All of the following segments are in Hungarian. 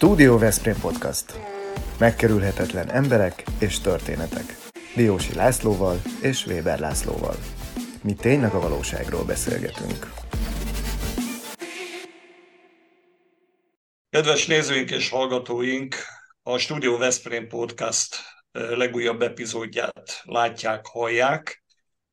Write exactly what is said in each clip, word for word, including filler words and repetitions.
Studio Veszprém Podcast. Megkerülhetetlen emberek és történetek. Diósi Lászlóval és Weber Lászlóval. Mi tényleg a valóságról beszélgetünk. Kedves nézőink és hallgatóink, a Studio Veszprém Podcast legújabb epizódját látják, hallják.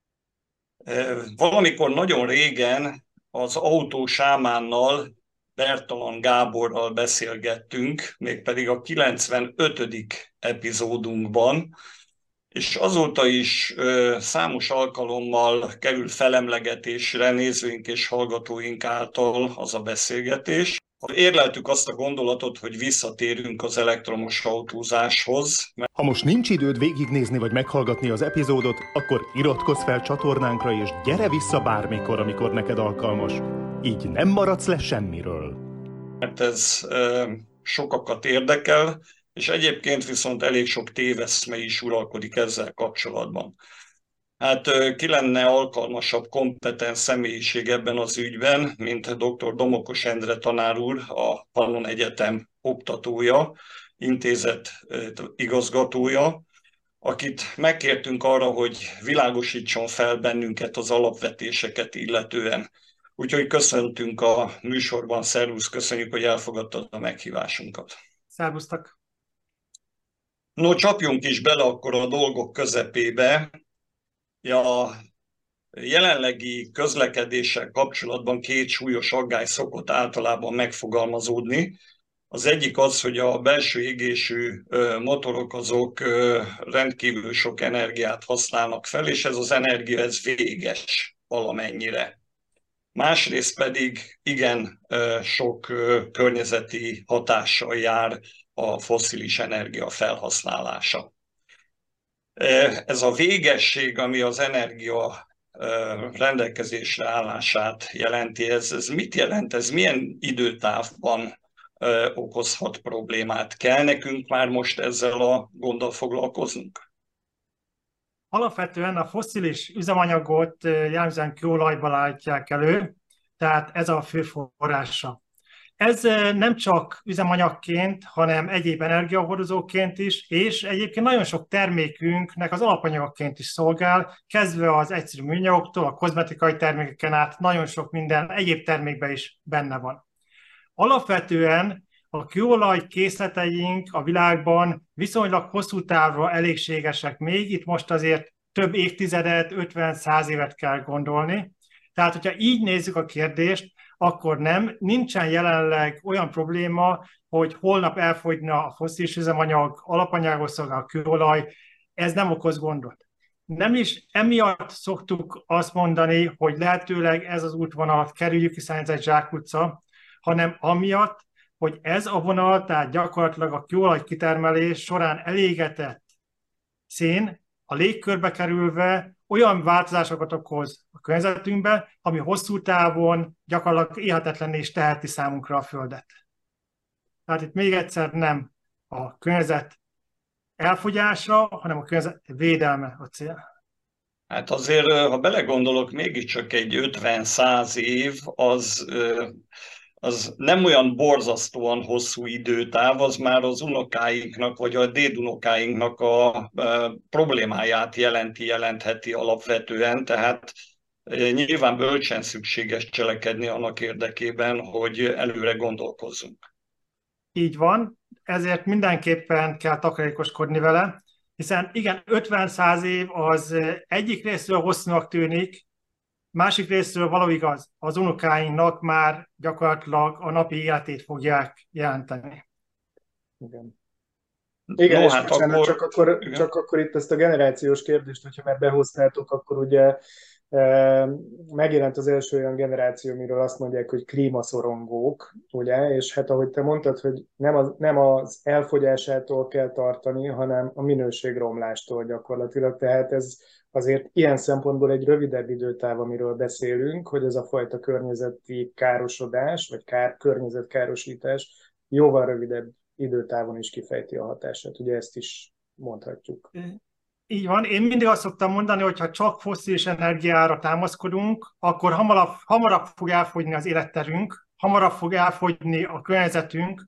Valamikor nagyon régen az Autó Sámánnal, Bertalan Gáborral beszélgettünk, mégpedig a kilencvenötödik epizódunkban, és azóta is számos alkalommal kerül felemlegetésre nézőink és hallgatóink által az a beszélgetés. Érleltük azt a gondolatot, hogy visszatérünk az elektromos autózáshoz. Ha most nincs időd végignézni vagy meghallgatni az epizódot, akkor iratkozz fel csatornánkra, és gyere vissza bármikor, amikor neked alkalmas. Így nem maradsz le semmiről. Mert ez e, sokakat érdekel, és egyébként viszont elég sok téveszme is uralkodik ezzel kapcsolatban. Hát ki lenne alkalmasabb, kompetens személyiség ebben az ügyben, mint dr. Domokos Endre tanár úr, a Pannon Egyetem oktatója, intézet igazgatója, akit megkértünk arra, hogy világosítson fel bennünket az alapvetéseket illetően. Úgyhogy köszöntünk a műsorban, szervusz, köszönjük, hogy elfogadtad a meghívásunkat. Szervusztok! No, csapjunk is bele akkor a dolgok közepébe. A jelenlegi közlekedéssel kapcsolatban két súlyos aggály szokott általában megfogalmazódni. Az egyik az, hogy a belső égésű motorok azok rendkívül sok energiát használnak fel, és ez az energia ez véges valamennyire. Másrészt pedig igen sok környezeti hatással jár a fosszilis energia felhasználása. Ez a végesség, ami az energia rendelkezésre állását jelenti, ez, ez mit jelent? Ez milyen időtávban okozhat problémát? Kell nekünk már most ezzel a gonddal foglalkoznunk? Alapvetően a fosszilis üzemanyagot jellemzően kőolajból állítják elő, tehát ez a fő forrása. Ez nem csak üzemanyagként, hanem egyéb energiahordozóként is, és egyébként nagyon sok termékünknek az alapanyagként is szolgál, kezdve az egyszerű műanyagoktól, a kozmetikai termékeken át, nagyon sok minden egyéb termékben is benne van. Alapvetően a kőolaj készleteink a világban viszonylag hosszú távra elégségesek még, itt most azért több évtizedet, ötven-száz évet kell gondolni. Tehát, hogyha így nézzük a kérdést, akkor nem, nincsen jelenleg olyan probléma, hogy holnap elfogyna a fosszilis üzemanyag, alapanyagos szolgál a kőolaj, ez nem okoz gondot. Nem is emiatt szoktuk azt mondani, hogy lehetőleg ez az útvonalat kerüljük, hiszen ez egy zsákutca, hanem amiatt, hogy ez a vonal, tehát gyakorlatilag a kőolaj kitermelés során elégetett szén a légkörbe kerülve olyan változásokat okoz a környezetünkbe, ami hosszú távon gyakorlatilag élhetetlenné is teheti számunkra a Földet. Tehát itt még egyszer nem a környezet elfogyása, hanem a környezet védelme a cél. Hát azért, ha belegondolok, mégiscsak egy ötven-száz év az, az nem olyan borzasztóan hosszú időtáv, az már az unokáinknak vagy a dédunokáinknak a problémáját jelenti, jelentheti alapvetően, tehát nyilván bölcsen szükséges cselekedni annak érdekében, hogy előre gondolkozzunk. Így van, ezért mindenképpen kell takarékoskodni vele, hiszen igen, ötven-száz év az egyik részről hosszúnak tűnik, másik részről való igaz, az unokáinknak már gyakorlatilag a napi életét fogják jelenteni. Igen. Igen, no, és hát bocsánat, akkor... csak, akkor, csak akkor itt ezt a generációs kérdést, hogyha már behoztátok, akkor ugye e, megjelent az első olyan generáció, amiről azt mondják, hogy klímaszorongók, ugye, és hát ahogy te mondtad, hogy nem az, nem az elfogyásától kell tartani, hanem a minőségromlástól gyakorlatilag, tehát ez azért ilyen szempontból egy rövidebb időtáv, amiről beszélünk, hogy ez a fajta környezeti károsodás, vagy kár, környezetkárosítás jóval rövidebb időtávon is kifejti a hatását. Ugye ezt is mondhatjuk. Így van. Én mindig azt szoktam mondani, hogy ha csak fosszilis energiára támaszkodunk, akkor hamarabb, hamarabb fog elfogyni az életterünk, hamarabb fog elfogyni a környezetünk,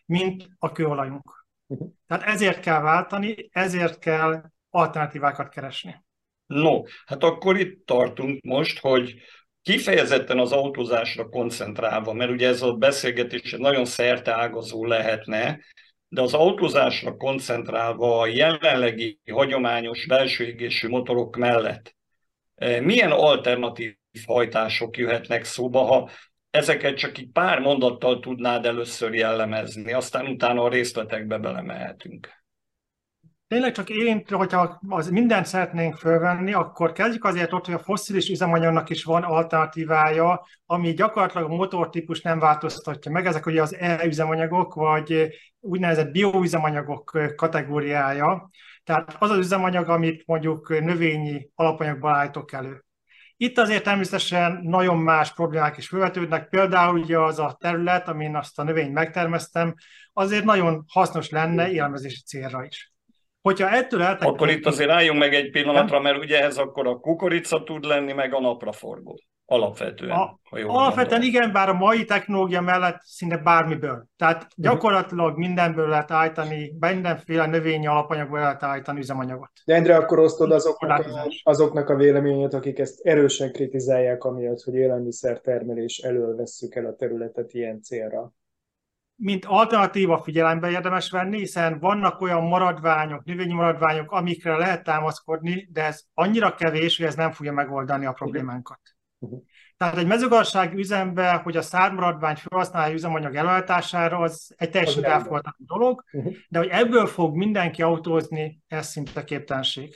mint a kőolajunk. Tehát ezért kell váltani, ezért kell alternatívákat keresni. No, hát akkor itt tartunk most, hogy kifejezetten az autózásra koncentrálva, mert ugye ez a beszélgetés nagyon szerteágazó lehetne, de az autózásra koncentrálva a jelenlegi hagyományos belső égésű motorok mellett milyen alternatív hajtások jöhetnek szóba, ha ezeket csak így pár mondattal tudnád először jellemezni, aztán utána a részletekbe belemehetünk. Tényleg csak én, hogyha az mindent szeretnénk fölvenni, akkor kezdjük azért ott, hogy a fosszilis üzemanyagnak is van alternatívája, ami gyakorlatilag a motortípus nem változtatja meg. Ezek ugye az e-üzemanyagok, vagy úgynevezett bioüzemanyagok kategóriája. Tehát az az üzemanyag, amit mondjuk növényi alapanyagból állítok elő. Itt azért természetesen nagyon más problémák is felvetődnek, például ugye az a terület, amin azt a növényt megtermesztem, azért nagyon hasznos lenne élelmezési célra is. Hogyha ettől eltekintünk... Akkor itt azért álljunk meg egy pillanatra, mert ugye ez akkor a kukorica tud lenni, meg a napraforgó. Alapvetően. A, alapvetően igen, bár a mai technológia mellett szinte bármiből. Tehát gyakorlatilag mindenből lehet állítani, mindenféle növényi alapanyagból lehet állítani üzemanyagot. De Endre, akkor osztod azoknak a, azoknak a véleményét, akik ezt erősen kritizálják, amiatt, hogy élelmiszertermelés elől vesszük el a területet ilyen célra. Mint alternatíva figyelembe érdemes venni, hiszen vannak olyan maradványok, növényi maradványok, amikre lehet támaszkodni, de ez annyira kevés, hogy ez nem fogja megoldani a problémánkat. Uh-huh. Tehát egy mezőgazdasági üzemben, hogy a szármaradványt felhasználja üzemanyag előállítására, az egy teljesen elfogadható dolog, uh-huh. de hogy ebből fog mindenki autózni, ez szinte képtelenség.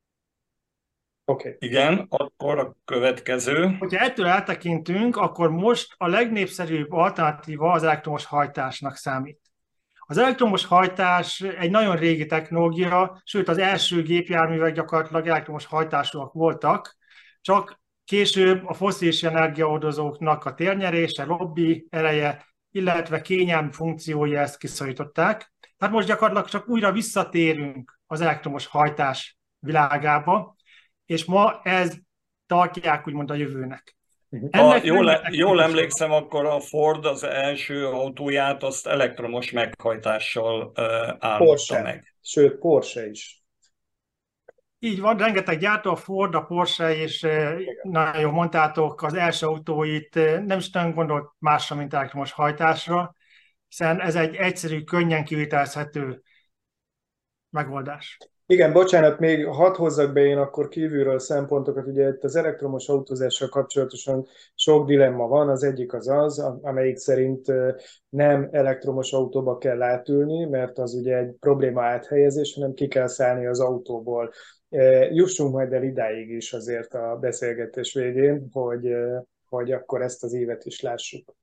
Okay. Igen, akkor a következő. Hogyha ettől eltekintünk, akkor most a legnépszerűbb alternatíva az elektromos hajtásnak számít. Az elektromos hajtás egy nagyon régi technológia, sőt az első gépjárművek gyakorlatilag elektromos hajtásúak voltak, csak később a fosszilis energiahordozóknak a térnyerése, lobby ereje, illetve kényelmi funkciói ezt kiszorították. Tehát most gyakorlatilag csak újra visszatérünk az elektromos hajtás világába, és ma ez tartják úgymond a jövőnek. Ha jól, jól emlékszem, akkor a Ford az első autóját azt elektromos meghajtással uh, álmodta meg. Sőt, Porsche is. Így van, rengeteg gyártó, a Ford, a Porsche, és nagyon jól mondtátok, az első autóit nem is nagyon gondolt másra, mint elektromos hajtásra, hiszen ez egy egyszerű, könnyen kivitelezhető megoldás. Igen, bocsánat, még hadd hozzak be én akkor kívülről szempontokat. Ugye itt az elektromos autózással kapcsolatosan sok dilemma van. Az egyik az az, amelyik szerint nem elektromos autóba kell átülni, mert az ugye egy probléma áthelyezés, hanem ki kell szállni az autóból. Jussunk majd el idáig is azért a beszélgetés végén, hogy, hogy akkor ezt az évet is lássuk.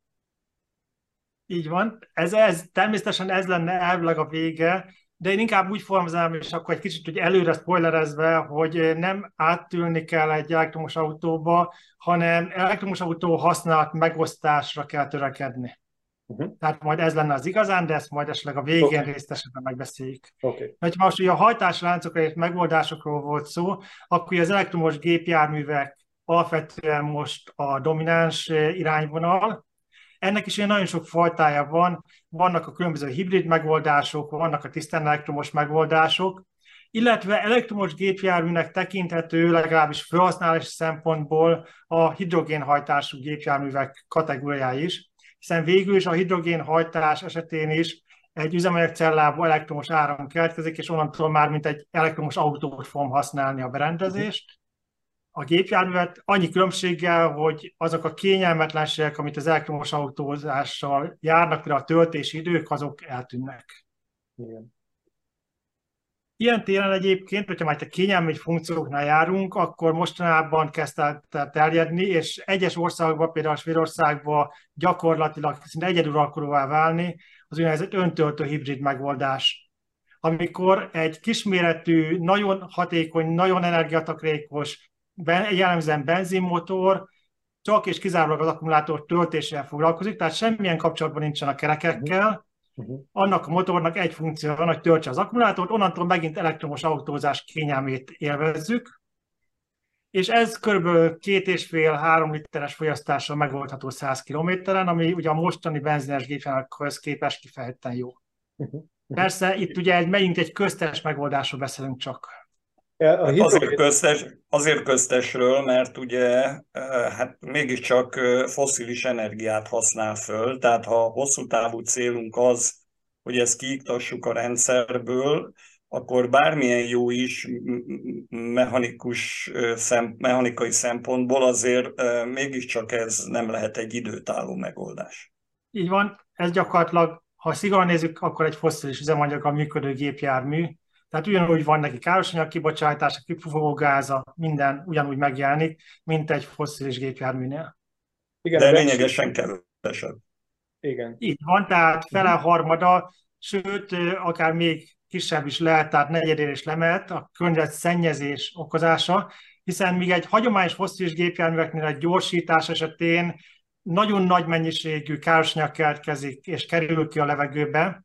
Így van. Ez, ez, természetesen ez lenne elvileg a vége, de én inkább úgy fogalmazom, és akkor egy kicsit hogy előre spoilerezve, hogy nem átülni kell egy elektromos autóba, hanem elektromos autó használat megosztásra kell törekedni. Uh-huh. Tehát majd ez lenne az igazán, de ezt majd esetleg a végén okay. részletesebben megbeszéljük. Okay. Ha most ugye a hajtásláncokra és megoldásokról volt szó, akkor az elektromos gépjárművek alapvetően most a domináns irányvonal. Ennek is nagyon sok fajtája van, vannak a különböző hibrid megoldások, vannak a tisztán elektromos megoldások, illetve elektromos gépjárműnek tekinthető, legalábbis felhasználási szempontból a hidrogénhajtású gépjárművek kategóriája is, hiszen végül is a hidrogénhajtás esetén is egy üzemanyagcellából elektromos áram keletkezik, és onnantól már mint egy elektromos autót fogom használni a berendezést. A gépjárművet annyi különbséggel, hogy azok a kényelmetlenségek, amit az elektromos autózással járnak, például a töltési idők, azok eltűnnek. Igen. Ilyen téren egyébként, hogyha majd a kényelmi funkcióknál járunk, akkor mostanában kezdte terjedni, és egyes országokban, például Svédországban gyakorlatilag szinte egyeduralkodóvá válni az úgynevezett öntöltő hibrid megoldás. Amikor egy kisméretű, nagyon hatékony, nagyon energiatakarékos, jellemzően benzinmotor csak és kizárólag az akkumulátor töltésével foglalkozik, tehát semmilyen kapcsolatban nincsen a kerekekkel. Uh-huh. Annak a motornak egy funkció van, hogy töltse az akkumulátort, onnantól megint elektromos autózás kényelmét élvezzük, és ez kb. két és fél-három literes fogyasztással megoldható száz kilométeren, ami ugye a mostani benzines gépjárművekhez képest kifejezetten jó. Persze itt ugye egy, megint egy köztes megoldásról beszélünk csak. A Hát azért hidrogén... köztes, azért köztesről, mert ugye hát mégiscsak fosszilis energiát használ föl, tehát ha hosszú távú célunk az, hogy ezt kiiktassuk a rendszerből, akkor bármilyen jó is mechanikus, szem, mechanikai szempontból azért mégiscsak ez nem lehet egy időtálló megoldás. Így van, ez gyakorlatilag, ha szigorúan nézzük, akkor egy fosszilis üzemanyaggal működő gépjármű. Tehát ugyanúgy van neki károsanyag kibocsátása, kipufogógáza, minden ugyanúgy megjelenik, mint egy fosszilis gépjárműnél. Igen, de a lényegesen kevesebb. Igen. Így van, tehát fele harmada, sőt, akár még kisebb is lehet, tehát negyedére is lemehet a környezetszennyezés okozása, hiszen míg egy hagyományos fosszilis gépjárműveknél a gyorsítás esetén nagyon nagy mennyiségű károsanyag keletkezik és kerül ki a levegőbe,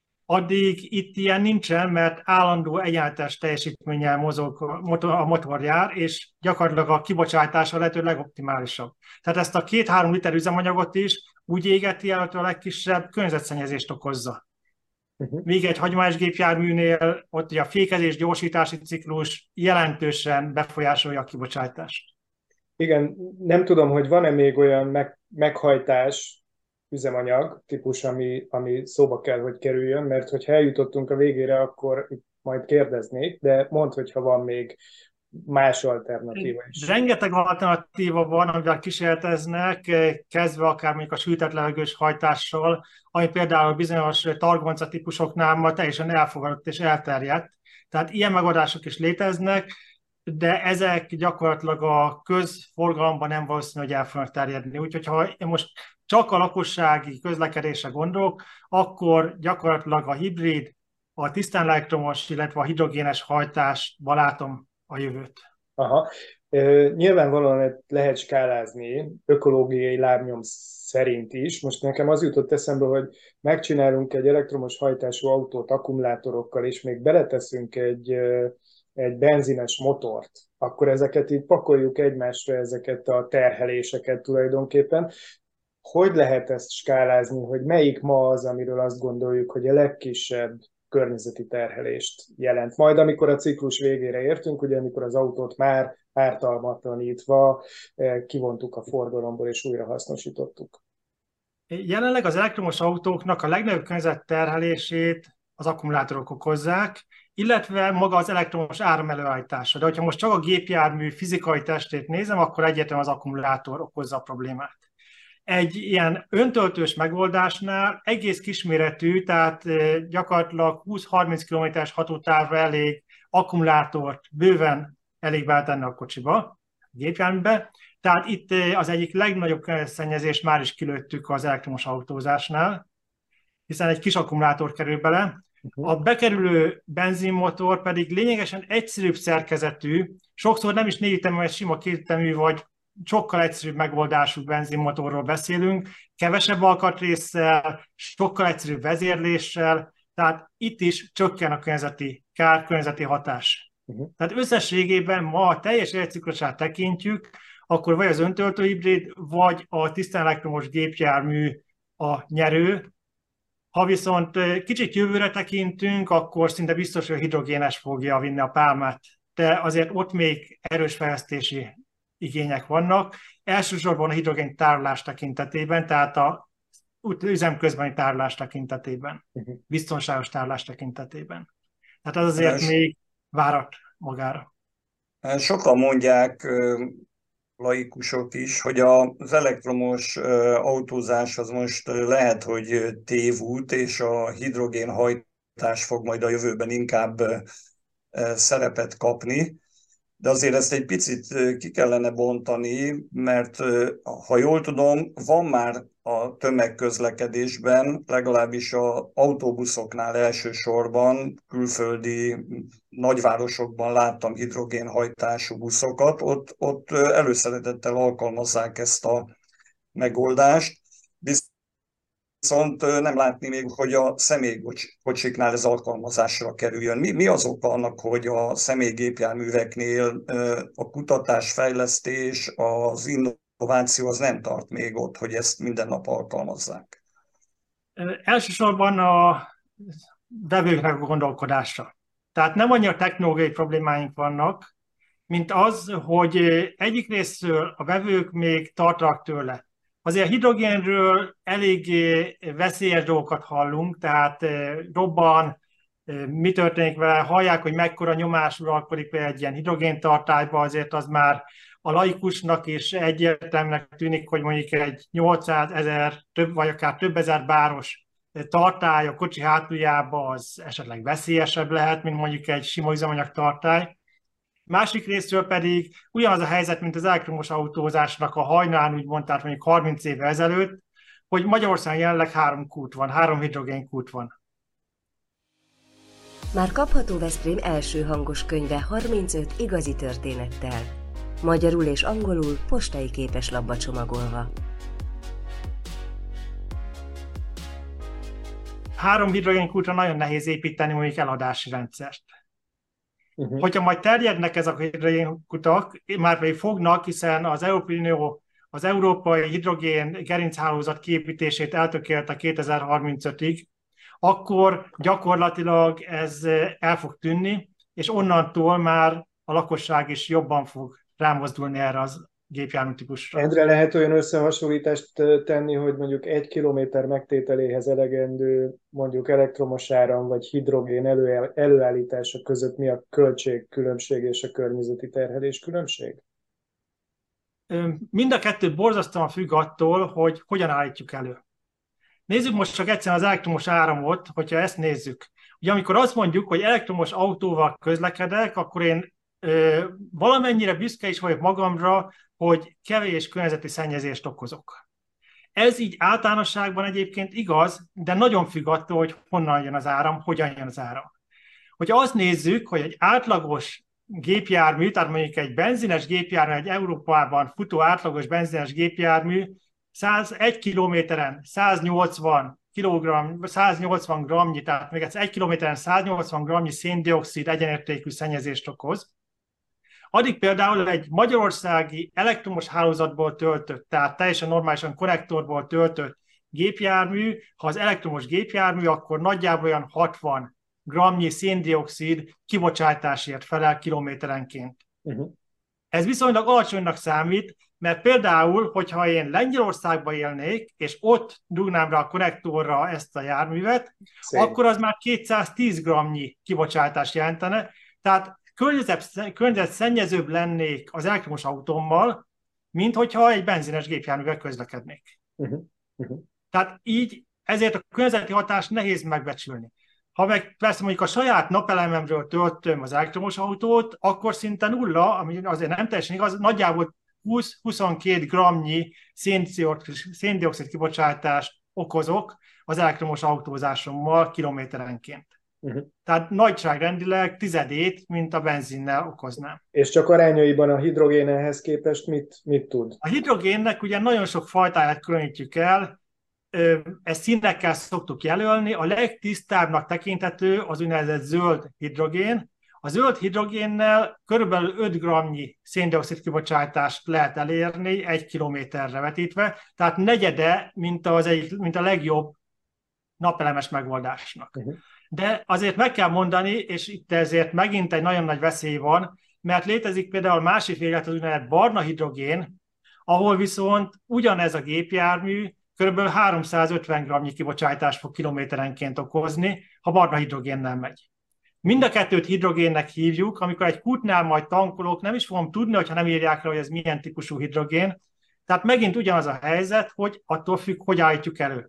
addig itt ilyen nincsen, mert állandó egyenletes teljesítménnyel mozog a motorjár, és gyakorlatilag a kibocsátása lehető legoptimálisabb. Tehát ezt a két-három liter üzemanyagot is úgy égeti el, hogy a legkisebb környezetszennyezést okozza. Uh-huh. Még egy hagyományos gépjárműnél ott ugye a fékezés, gyorsítási ciklus jelentősen befolyásolja a kibocsátást. Igen, nem tudom, hogy van-e még olyan meg, meghajtás, üzemanyag típus, ami, ami szóba kell, hogy kerüljön, mert hogyha eljutottunk a végére, akkor majd kérdeznék, de mondd, hogyha van még más alternatíva is. Rengeteg alternatíva van, amivel kísérleteznek, kezdve akár mondjuk a sűjtett levegős hajtással, ami például bizonyos targonca típusoknál ma teljesen elfogadott és elterjedt. Tehát ilyen megoldások is léteznek, de ezek gyakorlatilag a közforgalomban nem valószínű, hogy el fognak terjedni. Úgyhogy ha én most csak a lakossági közlekedésre gondolok, akkor gyakorlatilag a hibrid, a tisztán elektromos, illetve a hidrogénes hajtásba látom a jövőt. Aha. E, nyilvánvalóan lehet skálázni ökológiai lábnyom szerint is. Most nekem az jutott eszembe, hogy megcsinálunk egy elektromos hajtású autót akkumulátorokkal, és még beleteszünk egy, egy benzines motort, akkor ezeket így pakoljuk egymásra, ezeket a terheléseket tulajdonképpen. Hogy lehet ezt skálázni, hogy melyik ma az, amiről azt gondoljuk, hogy a legkisebb környezeti terhelést jelent? Majd amikor a ciklus végére értünk, ugye amikor az autót már ártalmatlanítva kivontuk a forgalomból és újra hasznosítottuk. Jelenleg az elektromos autóknak a legnagyobb környezetterhelését az akkumulátorok okozzák, illetve maga az elektromos áram előállítása. De hogyha most csak a gépjármű fizikai testét nézem, akkor egyértelműen az akkumulátor okozza a problémát. Egy ilyen öntöltős megoldásnál egész kisméretű, tehát gyakorlatilag húsz-harminc kilométeres hatótávra elég akkumulátort bőven elég beletenni a kocsiba, a gépjárműbe. Tehát itt az egyik legnagyobb környezetszennyezést már is kilőttük az elektromos autózásnál, hiszen egy kis akkumulátor kerül bele. A bekerülő benzinmotor pedig lényegesen egyszerűbb szerkezetű, sokszor nem is négy ütemű, egy sima kétütemű vagy sokkal egyszerűbb megoldású benzinmotorról beszélünk, kevesebb alkatrésszel, sokkal egyszerűbb vezérléssel, tehát itt is csökken a környezeti kár, környezeti hatás. Uh-huh. Tehát összességében ma a teljes életciklusát tekintjük, akkor vagy az öntöltő hibrid, vagy a tisztán elektromos gépjármű a nyerő. Ha viszont kicsit jövőre tekintünk, akkor szinte biztos, hogy a hidrogénes fogja vinni a pálmát, de azért ott még erős fejlesztési igények vannak. Elsősorban a hidrogén tárolás tekintetében, tehát a üzemközbeni tárolás tekintetében, uh-huh. biztonságos tárolás tekintetében. Tehát az azért Es... még várat magára. Sokan mondják, laikusok is, hogy az elektromos autózás az most lehet, hogy tévút, és a hidrogénhajtás fog majd a jövőben inkább szerepet kapni. De azért ezt egy picit ki kellene bontani, mert ha jól tudom, van már a tömegközlekedésben, legalábbis az autóbuszoknál elsősorban, külföldi nagyvárosokban láttam hidrogénhajtású buszokat, ott, ott előszeretettel alkalmazzák ezt a megoldást. Viszont nem látni még, hogy a személykocsiknál ez alkalmazásra kerüljön. Mi, mi az oka annak, hogy a személygépjárműveknél a kutatás, fejlesztés, az innováció az nem tart még ott, hogy ezt minden nap alkalmazzák? Elsősorban a vevőknek a gondolkodásra. Tehát nem annyira technológiai problémáink vannak, mint az, hogy egyik részről a vevők még tartanak tőle. Azért a hidrogénről eléggé veszélyes dolgokat hallunk, tehát robban, mi történik vele, hallják, hogy mekkora nyomás uralkodik be egy ilyen hidrogéntartályba, azért az már a laikusnak is egyértelműnek tűnik, hogy mondjuk egy nyolcszázezer, több, vagy akár több ezer báros tartály a kocsi hátuljába az esetleg veszélyesebb lehet, mint mondjuk egy sima üzemanyag tartály. Másik részről pedig ugyanaz a helyzet, mint az elektromos autózásnak a hajnalán, úgymond, tehát mondjuk harminc évvel ezelőtt, hogy Magyarországon jelenleg három kút van, három hidrogénkút van. Már kapható Veszprém első hangos könyve harmincöt igazi történettel. Magyarul és angolul postai képeslapba csomagolva. Három hidrogénkútra nagyon nehéz építeni mondjuk eladási rendszert. Uh-huh. Hogyha majd terjednek ezek a hidrogénkutak, már pedig fognak, hiszen az Európai Unió az európai hidrogén gerinchálózat kiépítését eltökélte kétezer-harmincötig, akkor gyakorlatilag ez el fog tűnni, és onnantól már a lakosság is jobban fog rámozdulni erre az gépjárműtípusra. Endre, lehet olyan összehasonlítást tenni, hogy mondjuk egy kilométer megtételéhez elegendő mondjuk elektromos áram vagy hidrogén elő, előállítása között mi a költségkülönbség és a környezeti terhelés különbség? Mind a kettő borzasztóan függ attól, hogy hogyan állítjuk elő. Nézzük most csak egyszerűen az elektromos áramot, hogyha ezt nézzük. Ugye amikor azt mondjuk, hogy elektromos autóval közlekedek, akkor én ö, valamennyire büszke is vagyok magamra, hogy kevés környezeti szennyezést okozok. Ez így általánosságban egyébként igaz, de nagyon függ attól, hogy honnan jön az áram, hogyan jön az áram. Hogyha azt nézzük, hogy egy átlagos gépjármű, tehát mondjuk egy benzines gépjármű, egy Európában futó átlagos benzines gépjármű százegy kilométeren száznyolcvan kilogramm, száznyolcvan grammnyi, tehát még egyszer egy kilométeren száznyolcvan grammnyi széndioxid egyenértékű szennyezést okoz. Addig például egy magyarországi elektromos hálózatból töltött, tehát teljesen normálisan konnektorból töltött gépjármű, ha az elektromos gépjármű, akkor nagyjából olyan hatvan grammnyi széndioxid kibocsátásért felel kilométerenként. Uh-huh. Ez viszonylag alacsonynak számít, mert például, hogyha én Lengyelországban élnék, és ott dugnám rá a konnektorra ezt a járművet, Szép. akkor az már kétszáztíz grammnyi kibocsátást jelentene, tehát környezetszennyezőbb lennék az elektromos autómmal, mint hogyha egy benzines gépjárművel közlekednék. Uh-huh. Uh-huh. Tehát így ezért a környezeti hatást nehéz megbecsülni. Ha meg persze mondjuk a saját napelememről töltöm az elektromos autót, akkor szinte nulla, ami azért nem teljesen igaz, nagyjából húsz-huszonkettő grammnyi széndioxid kibocsátást okozok az elektromos autózásommal kilométerenként. Uh-huh. Tehát nagyságrendileg tizedét, mint a benzinnel okoznám. És csak arányaiban a hidrogén ehhez képest mit, mit tud? A hidrogénnek ugye nagyon sok fajtáját különítjük el, ezt színekkel szoktuk jelölni, a legtisztábbnak tekinthető az úgynevezett zöld hidrogén. A zöld hidrogénnel körülbelül öt grammnyi széndioxid kibocsátást lehet elérni egy kilométerre vetítve, tehát negyede, mint, az egy, mint a legjobb napelemes megoldásnak. Uh-huh. De azért meg kell mondani, és itt ezért megint egy nagyon nagy veszély van, mert létezik például másik véglet, az úgynevezett barna hidrogén, ahol viszont ugyanez a gépjármű körülbelül háromszázötven grammnyi kibocsátást fog kilométerenként okozni, ha barna hidrogénnel megy. Mind a kettőt hidrogénnek hívjuk, amikor egy kútnál majd tankolok, nem is fogom tudni, hogyha nem írják rá, hogy ez milyen típusú hidrogén. Tehát megint ugyanaz a helyzet, hogy attól függ, hogy állítjuk elő.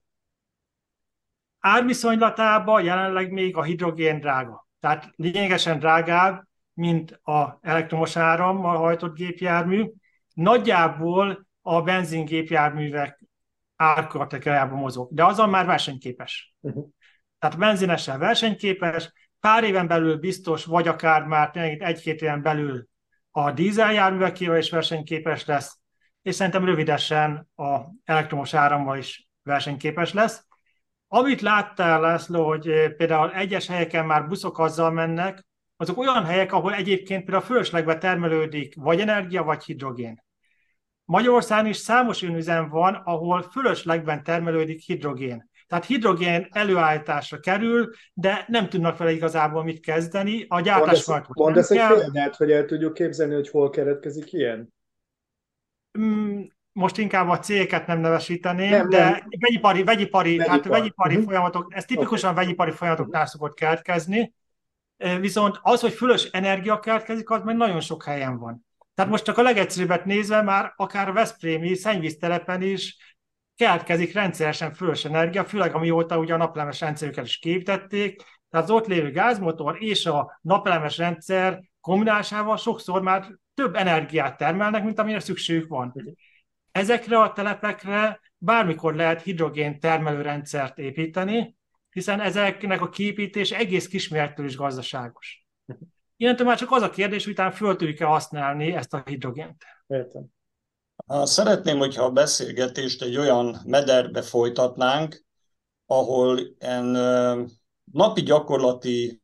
Árviszonylatában jelenleg még a hidrogén drága. Tehát lényegesen drágább, mint az elektromos árammal hajtott gépjármű. Nagyjából a benzingépjárművek árkategóriában mozog, de azon már versenyképes. Uh-huh. Tehát benzinesen versenyképes, pár éven belül biztos, vagy akár már egy-két éven belül a dízeljárművekével is versenyképes lesz, és szerintem rövidesen az elektromos árammal is versenyképes lesz. Amit láttál, László, hogy például egyes helyeken már buszok azzal mennek, azok olyan helyek, ahol egyébként például fölöslegbe termelődik vagy energia, vagy hidrogén. Magyarországon is számos olyan üzem van, ahol fölöslegben termelődik hidrogén. Tehát hidrogén előállításra kerül, de nem tudnak vele igazából mit kezdeni. A gyártás folyamatos nem Mondasz egy kell. példát, hogy el tudjuk képzelni, hogy hol keretkezik ilyen? Mm, Most inkább a cégeket nem nevesíteném, Nem, de nem. vegyipari, vegyipari, Vegyipar. tehát vegyipari Uh-huh. folyamatok, ez tipikusan Okay. vegyipari folyamatoknál szokott keletkezni, viszont az, hogy fölös energia keletkezik, az meg nagyon sok helyen van. Tehát most csak a legegyszerűbbet nézve már akár a veszprémi szennyvíztelepen is keletkezik rendszeresen fölös energia, főleg amióta ugye a napelemes rendszerüket is képítették, tehát az ott lévő gázmotor és a napelemes rendszer kombinálásával sokszor már több energiát termelnek, mint amire szükségük van. Ezekre a telepekre bármikor lehet hidrogén termelőrendszert építeni, hiszen ezeknek a kiépítés egész kismérettől is gazdaságos. Innentől már csak az a kérdés, hogy utána föl tudjuk-e használni ezt a hidrogént. Értem. Szeretném, hogyha a beszélgetést egy olyan mederbe folytatnánk, ahol en napi gyakorlati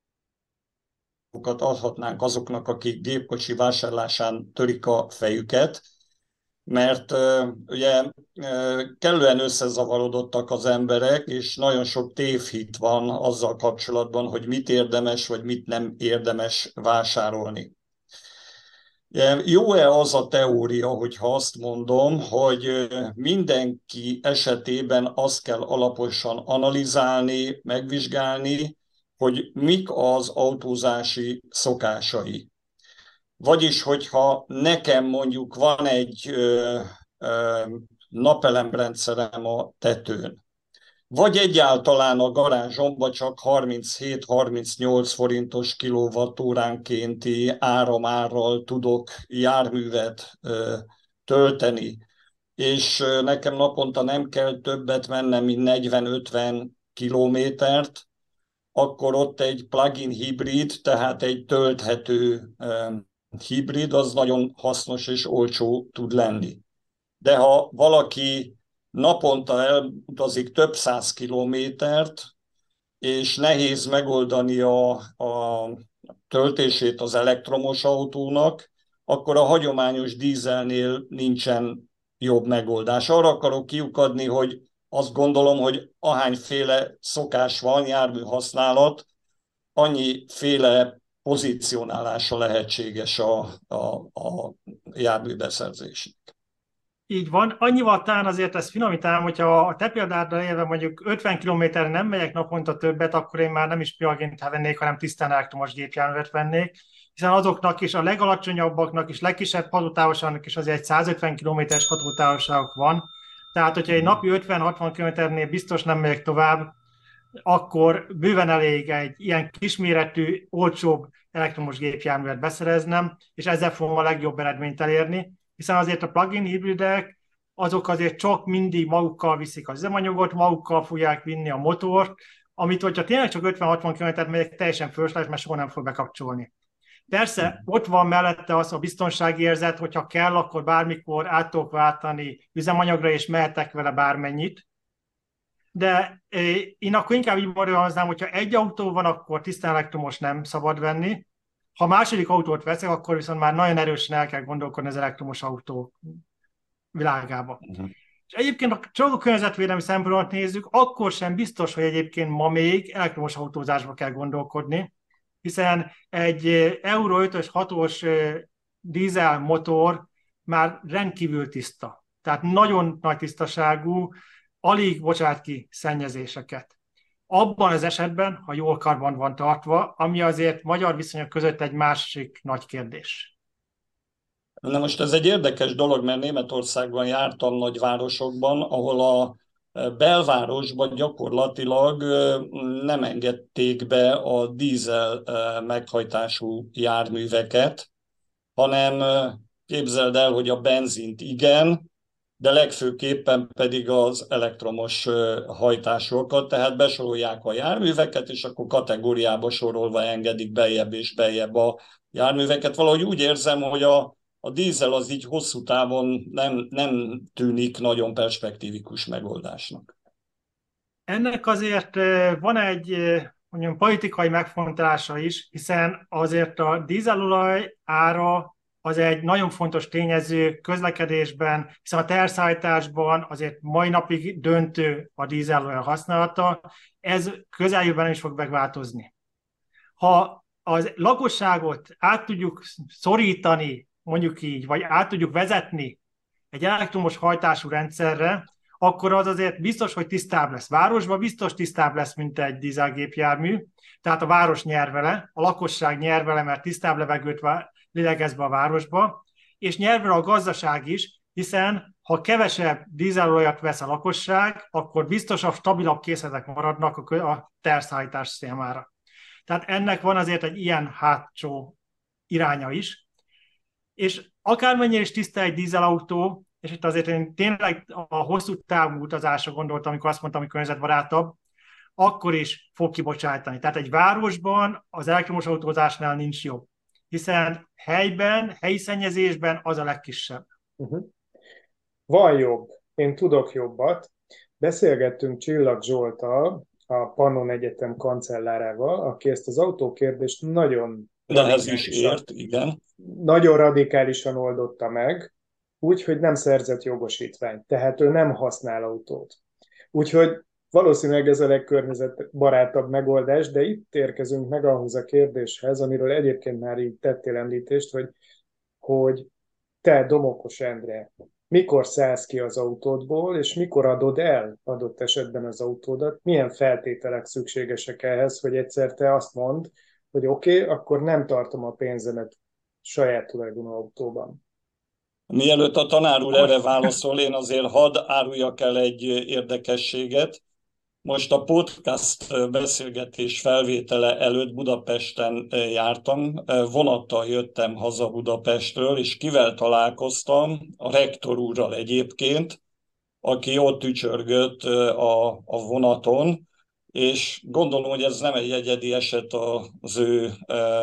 adhatnánk azoknak, akik gépkocsi vásárlásán törik a fejüket, mert ugye kellően összezavarodottak az emberek, és nagyon sok tévhit van azzal kapcsolatban, hogy mit érdemes, vagy mit nem érdemes vásárolni. Jó-e az a teória, hogyha azt mondom, hogy mindenki esetében azt kell alaposan analizálni, megvizsgálni, hogy mik az autózási szokásai. Vagyis, hogyha nekem mondjuk van egy ö, ö, napelemrendszerem a tetőn, vagy egyáltalán a garázsomba csak harminchét-harmincnyolc forintos kilowattóránkénti áramárral tudok járművet ö, tölteni, és nekem naponta nem kell többet mennem, mint negyven-ötven kilométert, akkor ott egy plug-in hibrid, tehát egy tölthető ö, hibrid, az nagyon hasznos és olcsó tud lenni. De ha valaki naponta elutazik több száz kilométert, és nehéz megoldani a, a töltését az elektromos autónak, akkor a hagyományos dízelnél nincsen jobb megoldás. Arra akarok kiukadni, hogy azt gondolom, hogy ahányféle szokás van, jármű használat, annyiféle pozícionálása lehetséges a, a, a járműbeszerzésnek. Így van. Annyival talán azért ezt finomítám, hogyha a te példádra élve mondjuk ötven kilométerre nem megyek naponta többet, akkor én már nem is plug-int vennék, hanem tisztán elektromos gépjárművet vennék, hiszen azoknak is a legalacsonyabbaknak és legkisebb hatótávolságnak is azért egy százötven kilométeres hatótávolságok van. Tehát, hogyha egy napi ötven-hatvan kilométernél biztos nem megyek tovább, akkor bőven elég egy ilyen kisméretű, olcsóbb elektromos gépjárművet beszereznem, és ezzel fogom a legjobb eredményt elérni, hiszen azért a plug-in hibridek, azok azért csak mindig magukkal viszik az üzemanyagot, magukkal fogják vinni a motort, amit, hogyha tényleg csak ötven-hatvan kilométert megyek, teljesen fölösleges, mert soha nem fog bekapcsolni. Persze, ott van mellette az a biztonsági érzet, hogyha kell, akkor bármikor át tudok váltani üzemanyagra, és mehetek vele bármennyit. De én akkor inkább így magyaráznám, hogyha egy autó van, akkor tisztán elektromos nem szabad venni. Ha második autót veszek, akkor viszont már nagyon erősen el kell gondolkodni az elektromos autó világába. Uh-huh. És egyébként, csak a környezetvédelmi szempontból nézzük, akkor sem biztos, hogy egyébként ma még elektromos autózásba kell gondolkodni, hiszen egy Euro ötös, hatos dízel motor már rendkívül tiszta. Tehát nagyon nagy tisztaságú, alig bocsát ki szennyezéseket. Abban az esetben, ha jól karban van tartva, ami azért magyar viszonyok között egy másik nagy kérdés. Na most ez egy érdekes dolog, mert Németországban jártam nagyvárosokban, ahol a belvárosban gyakorlatilag nem engedték be a dízel meghajtású járműveket, hanem képzeld el, hogy a benzint igen, de legfőképpen pedig az elektromos hajtásúakat, tehát besorolják a járműveket, és akkor kategóriába sorolva engedik beljebb és beljebb a járműveket. Valahogy úgy érzem, hogy a, a dízel az így hosszú távon nem, nem tűnik nagyon perspektívikus megoldásnak. Ennek azért van egy mondjam, politikai megfontolása is, hiszen azért a dízelolaj ára az egy nagyon fontos tényező közlekedésben, hiszen a teherszállításban azért mai napig döntő a dízelolaj használata, ez közeljövőben nem is fog megváltozni. Ha az lakosságot át tudjuk szorítani, mondjuk így, vagy át tudjuk vezetni egy elektromos hajtású rendszerre, akkor az azért biztos, hogy tisztább lesz. Városban biztos tisztább lesz, mint egy dízelgépjármű, tehát a város nyer vele, a lakosság nyer vele, mert tisztább levegőt lélegez be a városba, és nyer vele a gazdaság is, hiszen ha kevesebb dízelolajat vesz a lakosság, akkor biztosabb, stabilabb készletek maradnak a teherszállítás számára. Tehát ennek van azért egy ilyen hátsó iránya is. És akármennyire is tiszta egy dízelautó, és itt azért én tényleg a hosszú távú utazásra gondoltam, amikor azt mondtam, hogy környezetbarátabb, akkor is fog kibocsátani. Tehát egy városban az elektromos autózásnál nincs jobb, hiszen helyben, helyi szennyezésben az a legkisebb. Uh-huh. Van jobb, én tudok jobbat. Beszélgettünk Csillag Zsolttal, a Pannon Egyetem kancellárával, aki ezt az autókérdést nagyon De ez is ért, igen. Nagyon radikálisan oldotta meg, úgy, hogy nem szerzett jogosítványt, tehát ő nem használ autót. Úgyhogy valószínűleg ez a legkörnyezetbarátabb megoldás, de itt érkezünk meg ahhoz a kérdéshez, amiről egyébként már így tettél említést, hogy, hogy te, Domokos Endre, mikor szállsz ki az autódból, és mikor adod el adott esetben az autódat, milyen feltételek szükségesek ehhez, hogy egyszer te azt mondd, hogy oké, okay, akkor nem tartom a pénzemet saját tulajdonú autóban. Mielőtt a tanár úr erre válaszol, én azért hadd áruljak el egy érdekességet. Most a podcast beszélgetés felvétele előtt Budapesten jártam, vonattal jöttem haza Budapestről, és kivel találkoztam? A rektor úrral egyébként, aki ott ücsörgött a, a vonaton, és gondolom, hogy ez nem egy egyedi eset az ő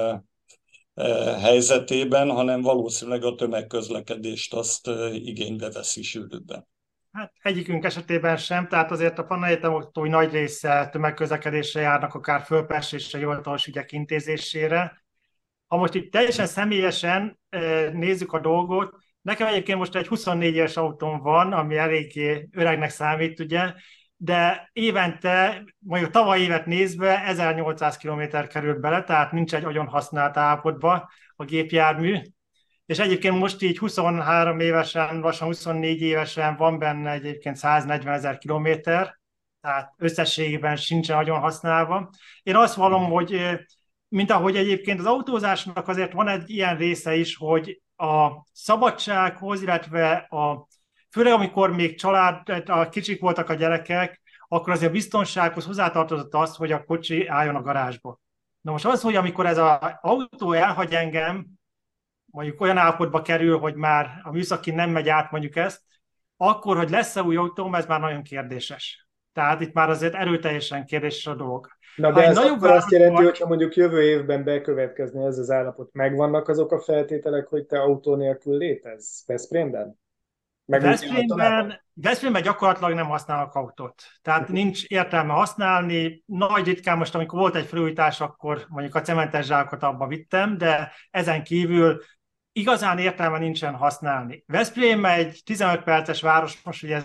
helyzetében, hanem valószínűleg a tömegközlekedést azt igénybe veszi sűrűbben. Hát egyikünk esetében sem, tehát azért a Pannon Egyetem oktatói nagy része tömegközlekedésre járnak, akár fölpestésre, hivatalos ügyek intézésére. Ha most itt teljesen személyesen nézzük a dolgot, nekem egyébként most egy huszonnégy éves autóm van, ami eléggé öregnek számít, ugye, de évente, mondjuk tavaly évet nézve ezernyolcszáz kilométer került bele, tehát nincs egy nagyon használt állapotban a gépjármű, és egyébként most így huszonhárom évesen, lassan huszonnégy évesen van benne egyébként száznegyvenezer kilométer, tehát összességében sincsen nagyon használva. Én azt vallom, hogy mint ahogy egyébként az autózásnak azért van egy ilyen része is, hogy a szabadsághoz, illetve a főleg amikor még család, a kicsik voltak a gyerekek, akkor azért a biztonsághoz hozzátartozott az, hogy a kocsi álljon a garázsba. Na most az, hogy amikor ez az autó elhagy engem, mondjuk olyan állapotba kerül, hogy már a műszaki nem megy át mondjuk ezt, akkor, hogy lesz-e új autóm, ez már nagyon kérdéses. Tehát itt már azért erőteljesen kérdéses a dolog. Na de ez akkor azt jelenti, hogy ha mondjuk jövő évben bekövetkezni ez az állapot, megvannak azok a feltételek, hogy te autó nélkül létezz Veszprémben? Veszprémben, Veszprémben gyakorlatilag nem használnak autót. Tehát nincs értelme használni. Nagy ritkán most, amikor volt egy felújítás, akkor mondjuk a cementes zsákokat abba vittem, de ezen kívül igazán értelme nincsen használni. Veszprém egy tizenöt perces város, most ugye ez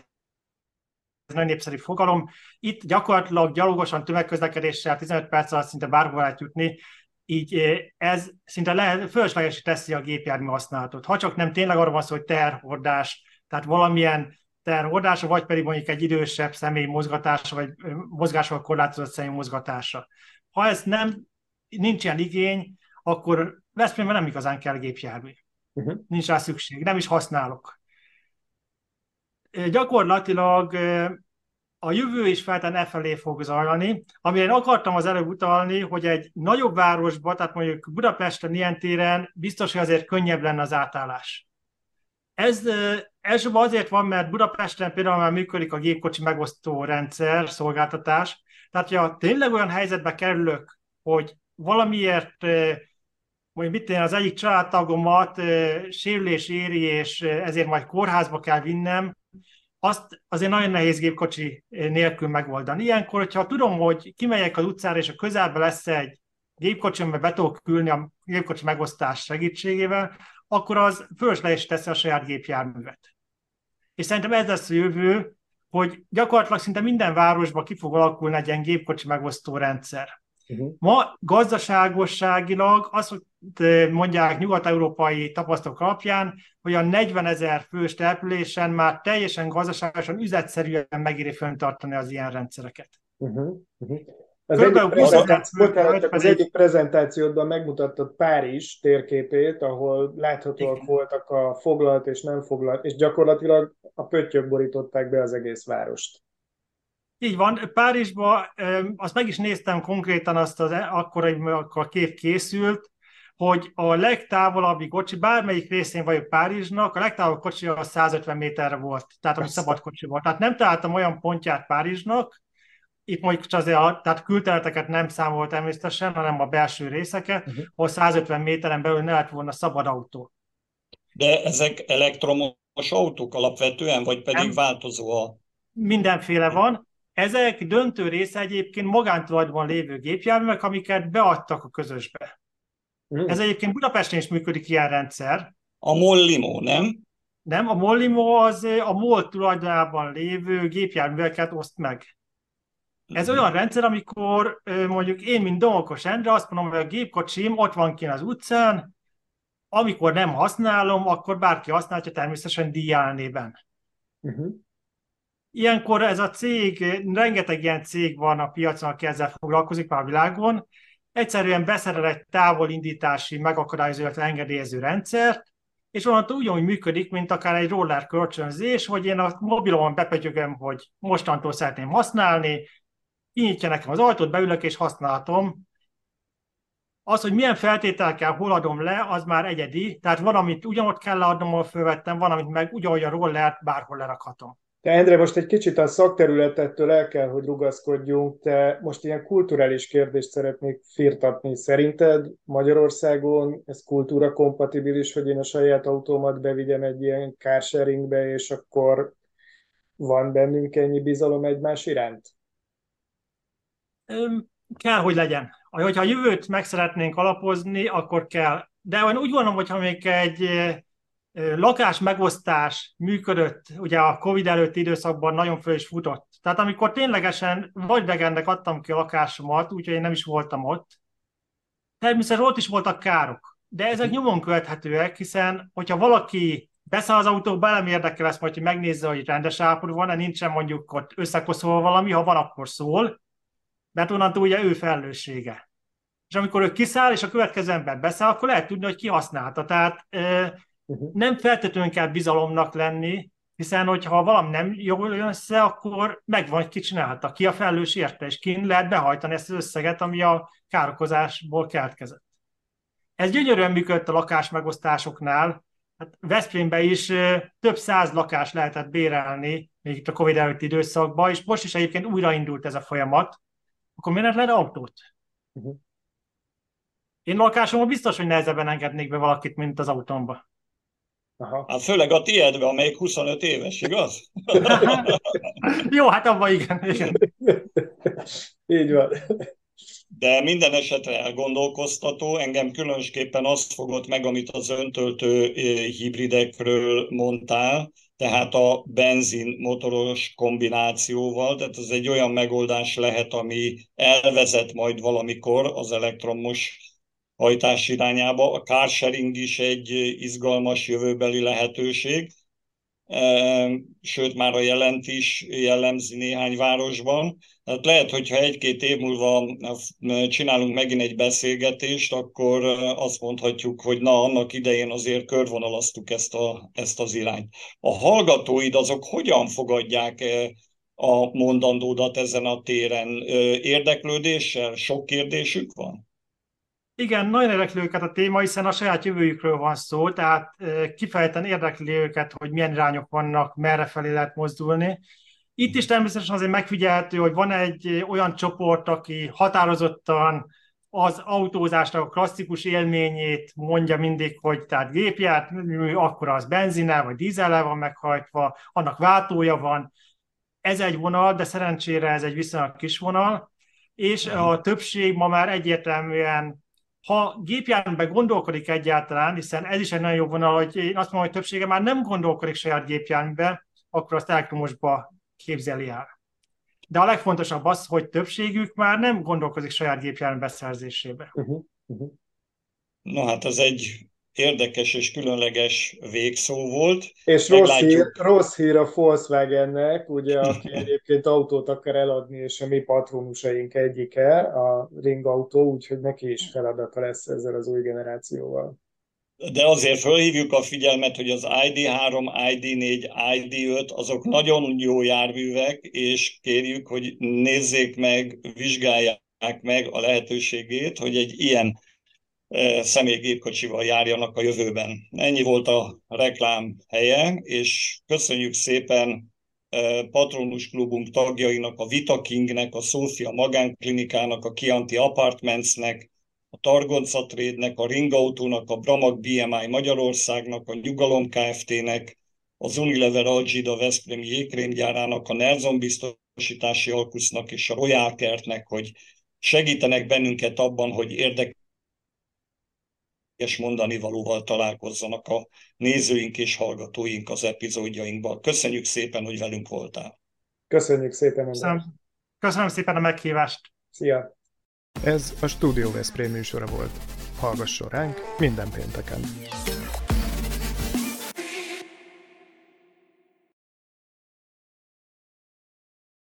nagyon népszerű fogalom. Itt gyakorlatilag gyalogosan tömegközlekedéssel tizenöt perc alatt szinte bárhol lehet jutni, így ez szinte lehet, fölösleges teszi a gépjármű használatot. Ha csak nem tényleg arra van szó, hogy teherhordás, tehát valamilyen teherhordása, vagy pedig mondjuk egy idősebb személy mozgatása, vagy mozgással korlátozott személy mozgatása. Ha ez nem, nincs ilyen igény, akkor Veszprémben nem igazán kell gépjármű. Uh-huh. Nincs rá szükség, nem is használok. Gyakorlatilag a jövő is feltétlenül e felé fog zajlani. Amire én akartam az előbb utalni, hogy egy nagyobb városban, tehát mondjuk Budapesten, ilyen téren biztos, hogy azért könnyebb lenne az átállás. Ez elsősorban azért van, mert Budapesten például már működik a gépkocsi megosztó rendszer, szolgáltatás. Tehát, ha tényleg olyan helyzetbe kerülök, hogy valamiért mondjuk mit én az egyik családtagomat sérülés éri, és ezért majd kórházba kell vinnem, azt azért nagyon nehéz gépkocsi nélkül megoldani. Ilyenkor, hogyha tudom, hogy kimegyek az utcára, és a közelben lesz egy gépkocsi, amiben be tudok ülni a gépkocsi megosztás segítségével, akkor az fölösleges teszi a saját gépjárművet. És szerintem ez lesz a jövő, hogy gyakorlatilag szinte minden városban ki fog alakulni egy ilyen gépkocsi megosztó rendszer. Uh-huh. Ma gazdaságosságilag azt mondják nyugat-európai tapasztalatok alapján, hogy a negyvenezer fős településen már teljesen gazdaságosan, üzletszerűen megéri fenntartani az ilyen rendszereket. Uh-huh. Uh-huh. Az, egyik prezentáció, az egyik prezentációdban megmutattad Párizs térképét, ahol láthatóak igen. voltak a foglalt és nem foglalt, és gyakorlatilag a pöttyök borították be az egész várost. Így van, Párizsban azt meg is néztem konkrétan, azt az, akkor, amikor a kép készült, hogy a legtávolabbi kocsi, bármelyik részén vagyok Párizsnak, a legtávolabb kocsi a százötven méterre volt, tehát ami szabad kocsi volt. Tehát nem találtam olyan pontját Párizsnak, itt mondjuk azért, a, tehát külterületeket nem számol természetesen, hanem a belső részeket, uh-huh. ahol százötven méteren belül ne lett volna szabad autó. De ezek elektromos autók alapvetően, vagy pedig nem. változó a... Mindenféle van. Ezek döntő része egyébként magántulajdonban lévő gépjárművek, amiket beadtak a közösbe. Mm. Ez egyébként Budapesten is működik ilyen rendszer. A MOL-Limo, nem? Nem, a MOL-Limo az a MOL tulajdonában lévő gépjárműveket oszt meg. Ez mm. olyan rendszer, amikor mondjuk én, mint Domokos Endre, azt mondom, hogy a gépkocsim ott van kint az utcán, amikor nem használom, akkor bárki használja, természetesen díjálnében. Mm-hmm. Ilyenkor ez a cég, rengeteg ilyen cég van a piacon, aki ezzel foglalkozik már a világon, egyszerűen beszerel egy távolindítási, megakadályozó, illetve engedélyező rendszert, és onnantól ugyanúgy működik, mint akár egy roller kölcsönzés, hogy én a mobilomon bepötyögöm, hogy mostantól szeretném használni, kinyitja nekem az ajtót, beülök és használhatom. Az, hogy milyen feltételekkel hol adom le, az már egyedi, tehát van, amit ugyanott kell leadnom, ahol fölvettem, van, amit meg ugyanúgy a rollert bárhol lerakhatom. De Endre, most egy kicsit a szakterületettől el kell, hogy rugaszkodjunk, de most ilyen kulturális kérdést szeretnék firtatni. Szerinted Magyarországon ez kultúra kompatibilis, hogy én a saját autómat bevigyem egy ilyen carsharingbe, és akkor van bennünk ennyi bizalom egymás iránt? Kell, hogy legyen. Ha a jövőt meg szeretnénk alapozni, akkor kell. De én úgy gondolom, hogyha még egy lakás megosztás működött, ugye a Covid előtti időszakban nagyon föl is futott. Tehát amikor ténylegesen vagyregennek adtam ki a lakásomat, úgyhogy én nem is voltam ott, természetesen ott is voltak károk. De ezek nyomon követhetőek, hiszen hogyha valaki beszáll az autóba, nem érdekel ezt majd, hogy megnézze, hogy rendes állapotban van, nincsen mondjuk ott összekoszolva valami, ha van, akkor szól, mert onnantól ugye ő felelőssége. És amikor ő kiszáll, és a következő ember beszáll, akkor lehet tudni, hogy ki használta. Tehát Uh-huh. nem feltétlenül kell bizalomnak lenni, hiszen hogyha valami nem jól jön össze, akkor megvan, hogy ki csinálta, ki a felelős érte, és ki lehet behajtani ezt az összeget, ami a károkozásból keletkezett. Ez gyönyörűen működött a lakásmegosztásoknál. Hát Veszprémben is több száz lakást lehetett bérelni, még itt a Covid előtti időszakban, és most is egyébként újraindult ez a folyamat, akkor miért lehet autót? Uh-huh. Én lakásomban biztos, hogy nehezebben engednék be valakit, mint az autómba. Aha. Hát főleg a tiédbe, amelyik huszonöt éves, igaz? Jó, hát abban igen, igen. Így van. De minden esetre elgondolkoztató, engem különösképpen azt fogott meg, amit az öntöltő hibridekről mondtál, tehát a benzinmotoros kombinációval, tehát ez egy olyan megoldás lehet, ami elvezet majd valamikor az elektromos hajtás irányába. A carsharing is egy izgalmas jövőbeli lehetőség, sőt már a jelent is jellemzi néhány városban. Tehát lehet, hogyha egy-két év múlva csinálunk megint egy beszélgetést, akkor azt mondhatjuk, hogy na, annak idején azért körvonalaztuk ezt, a, ezt az irányt. A hallgatóid azok hogyan fogadják a mondandódat ezen a téren? Érdeklődéssel? Sok kérdésük van? Igen, nagyon érdekli őket a téma, hiszen a saját jövőjükről van szó, tehát kifejezetten érdekli őket, hogy milyen irányok vannak, merre felé lehet mozdulni. Itt is természetesen azért megfigyelhető, hogy van egy olyan csoport, aki határozottan az autózásnak a klasszikus élményét mondja mindig, hogy tehát gépjármű, akkor az benzinnel vagy dízellel van meghajtva, annak váltója van. Ez egy vonal, de szerencsére ez egy viszonylag kis vonal, és a többség ma már egyértelműen Ha gépjárműben gondolkodik egyáltalán, hiszen ez is egy nagyon jó vonal, hogy én azt mondom, hogy többsége már nem gondolkodik saját gépjárműben, akkor azt elektromosba képzeli el. De a legfontosabb az, hogy többségük már nem gondolkozik saját gépjármű beszerzésébe. Uh-huh. Uh-huh. Na hát ez egy érdekes és különleges végszó volt. És rossz hír, rossz hír a Volkswagennek, ugye, aki egyébként autót akar eladni, és a mi patronusaink egyike, a Ring Auto, úgyhogy neki is feladata lesz ezzel az új generációval. De azért felhívjuk a figyelmet, hogy az I D három, I D négy, I D öt azok nagyon jó járművek, és kérjük, hogy nézzék meg, vizsgálják meg a lehetőségét, hogy egy ilyen személygépkocsival járjanak a jövőben. Ennyi volt a reklám helye, és köszönjük szépen Patronus Klubunk tagjainak, a Vita Kingnek, a Szófia Magánklinikának, a Chianti Apartmentsnek, a Targonca Trade-nek, a Ring Autónak, a Bramag B M I Magyarországnak, a Nyugalom Kft-nek, az Unilever Algida Veszprémi jégkrémgyárának, a Nelson Biztosítási Alkusznak és a Royal Kertnek, hogy segítenek bennünket abban, hogy érdekes mondani valóval találkozzanak a nézőink és hallgatóink az epizódjainkban. Köszönjük szépen, hogy velünk voltál. Köszönjük szépen. Köszönöm, Köszönöm szépen a meghívást. Szia! Ez a Studio Veszprém műsora volt. Hallgasson ránk minden pénteken!